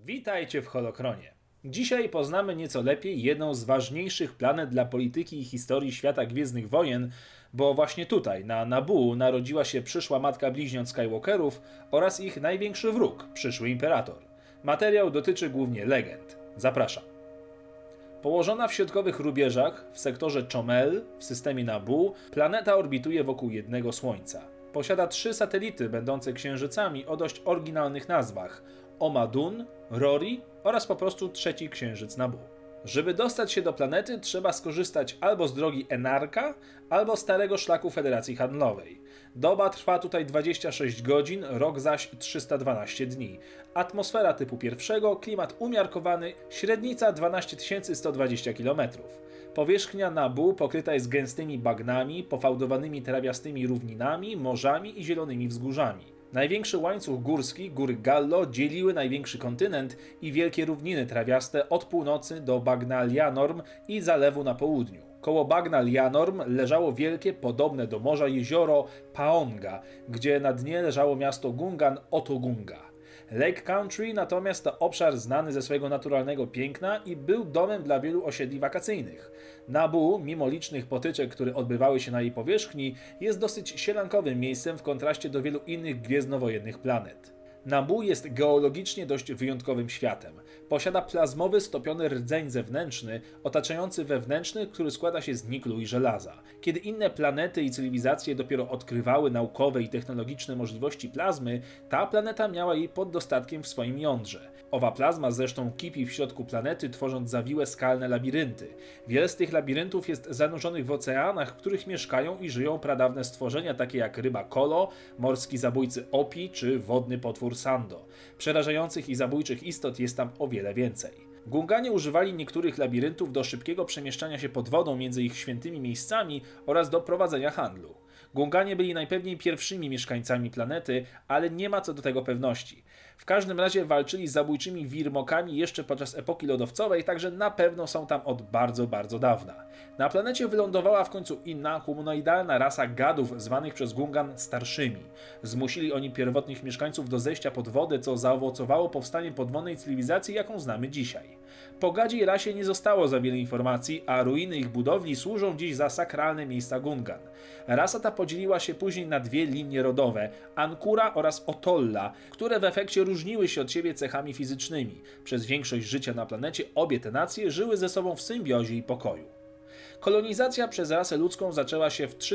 Witajcie w Holokronie. Dzisiaj poznamy nieco lepiej jedną z ważniejszych planet dla polityki i historii świata Gwiezdnych Wojen, bo właśnie tutaj, na Naboo, narodziła się przyszła matka bliźniąt Skywalkerów oraz ich największy wróg, przyszły imperator. Materiał dotyczy głównie legend. Zapraszam. Położona w środkowych rubieżach, w sektorze Chomel, w systemie Naboo, planeta orbituje wokół jednego Słońca. Posiada 3 satelity będące księżycami o dość oryginalnych nazwach: Omadun, Rory oraz po prostu trzeci księżyc Naboo. Żeby dostać się do planety, trzeba skorzystać albo z drogi Enarka, albo starego szlaku Federacji Handlowej. Doba trwa tutaj 26 godzin, rok zaś 312 dni. Atmosfera typu pierwszego, klimat umiarkowany, średnica 12 120 km. Powierzchnia Naboo pokryta jest gęstymi bagnami, pofałdowanymi trawiastymi równinami, morzami i zielonymi wzgórzami. Największy łańcuch górski, góry Gallo, dzieliły największy kontynent i wielkie równiny trawiaste od północy do bagna Lianorm i zalewu na południu. Koło bagna Lianorm leżało wielkie, podobne do morza jezioro Paonga, gdzie na dnie leżało miasto Gungan Otogunga. Lake Country natomiast to obszar znany ze swojego naturalnego piękna i był domem dla wielu osiedli wakacyjnych. Naboo, mimo licznych potyczek, które odbywały się na jej powierzchni, jest dosyć sielankowym miejscem w kontraście do wielu innych gwiezdnowojennych planet. Naboo jest geologicznie dość wyjątkowym światem. Posiada plazmowy, stopiony rdzeń zewnętrzny, otaczający wewnętrzny, który składa się z niklu i żelaza. Kiedy inne planety i cywilizacje dopiero odkrywały naukowe i technologiczne możliwości plazmy, ta planeta miała jej pod dostatkiem w swoim jądrze. Owa plazma zresztą kipi w środku planety, tworząc zawiłe skalne labirynty. Wiele z tych labiryntów jest zanurzonych w oceanach, w których mieszkają i żyją pradawne stworzenia, takie jak ryba Kolo, morski zabójcy Opi czy wodny potwór Sando. Przerażających i zabójczych istot jest tam o wiele więcej. Gunganie używali niektórych labiryntów do szybkiego przemieszczania się pod wodą między ich świętymi miejscami oraz do prowadzenia handlu. Gunganie byli najpewniej pierwszymi mieszkańcami planety, ale nie ma co do tego pewności. W każdym razie walczyli z zabójczymi wirmokami jeszcze podczas epoki lodowcowej, także na pewno są tam od bardzo, bardzo dawna. Na planecie wylądowała w końcu inna, humanoidalna rasa gadów zwanych przez Gungan starszymi. Zmusili oni pierwotnych mieszkańców do zejścia pod wodę, co zaowocowało powstaniem podwodnej cywilizacji, jaką znamy dzisiaj. Po gadziej rasie nie zostało za wiele informacji, a ruiny ich budowli służą dziś za sakralne miejsca Gungan. Rasa ta podzieliła się później na 2 linie rodowe, Ankura oraz Otolla, które w efekcie różniły się od siebie cechami fizycznymi. Przez większość życia na planecie obie te nacje żyły ze sobą w symbiozie i pokoju. Kolonizacja przez rasę ludzką zaczęła się w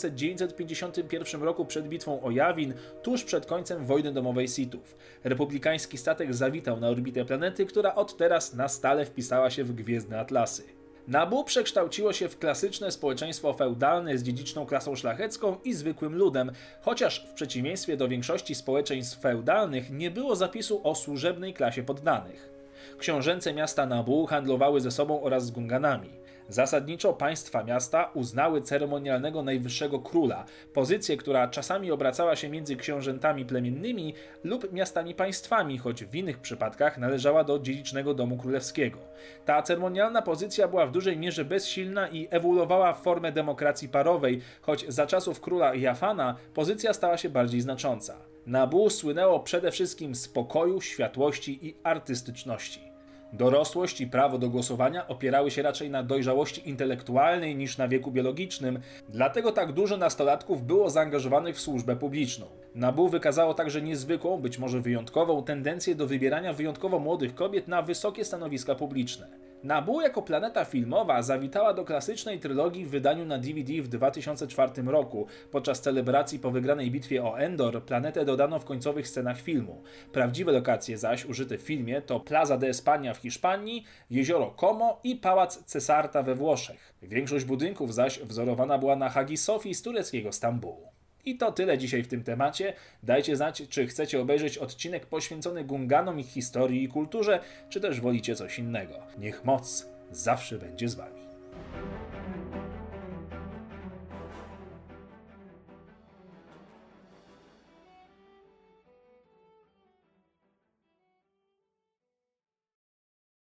3951 roku przed bitwą o Yavin, tuż przed końcem wojny domowej Sithów. Republikański statek zawitał na orbitę planety, która od teraz na stale wpisała się w gwiezdne atlasy. Naboo przekształciło się w klasyczne społeczeństwo feudalne z dziedziczną klasą szlachecką i zwykłym ludem, chociaż w przeciwieństwie do większości społeczeństw feudalnych nie było zapisu o służebnej klasie poddanych. Książęce miasta Naboo handlowały ze sobą oraz z Gunganami. Zasadniczo państwa miasta uznały ceremonialnego najwyższego króla, pozycję, która czasami obracała się między książętami plemiennymi lub miastami państwami, choć w innych przypadkach należała do dziedzicznego domu królewskiego. Ta ceremonialna pozycja była w dużej mierze bezsilna i ewoluowała w formę demokracji parowej, choć za czasów króla Jafana pozycja stała się bardziej znacząca. Naboo słynęło przede wszystkim z pokoju, światłości i artystyczności. Dorosłość i prawo do głosowania opierały się raczej na dojrzałości intelektualnej niż na wieku biologicznym, dlatego tak dużo nastolatków było zaangażowanych w służbę publiczną. Naboo wykazało także niezwykłą, być może wyjątkową, tendencję do wybierania wyjątkowo młodych kobiet na wysokie stanowiska publiczne. Naboo jako planeta filmowa zawitała do klasycznej trylogii w wydaniu na DVD w 2004 roku. Podczas celebracji po wygranej bitwie o Endor planetę dodano w końcowych scenach filmu. Prawdziwe lokacje zaś użyte w filmie to Plaza de España w Hiszpanii, jezioro Como i pałac Cesarta we Włoszech. Większość budynków zaś wzorowana była na Hagi Sofii z tureckiego Stambułu. I to tyle dzisiaj w tym temacie. Dajcie znać, czy chcecie obejrzeć odcinek poświęcony Gunganom, ich historii i kulturze, czy też wolicie coś innego. Niech moc zawsze będzie z wami.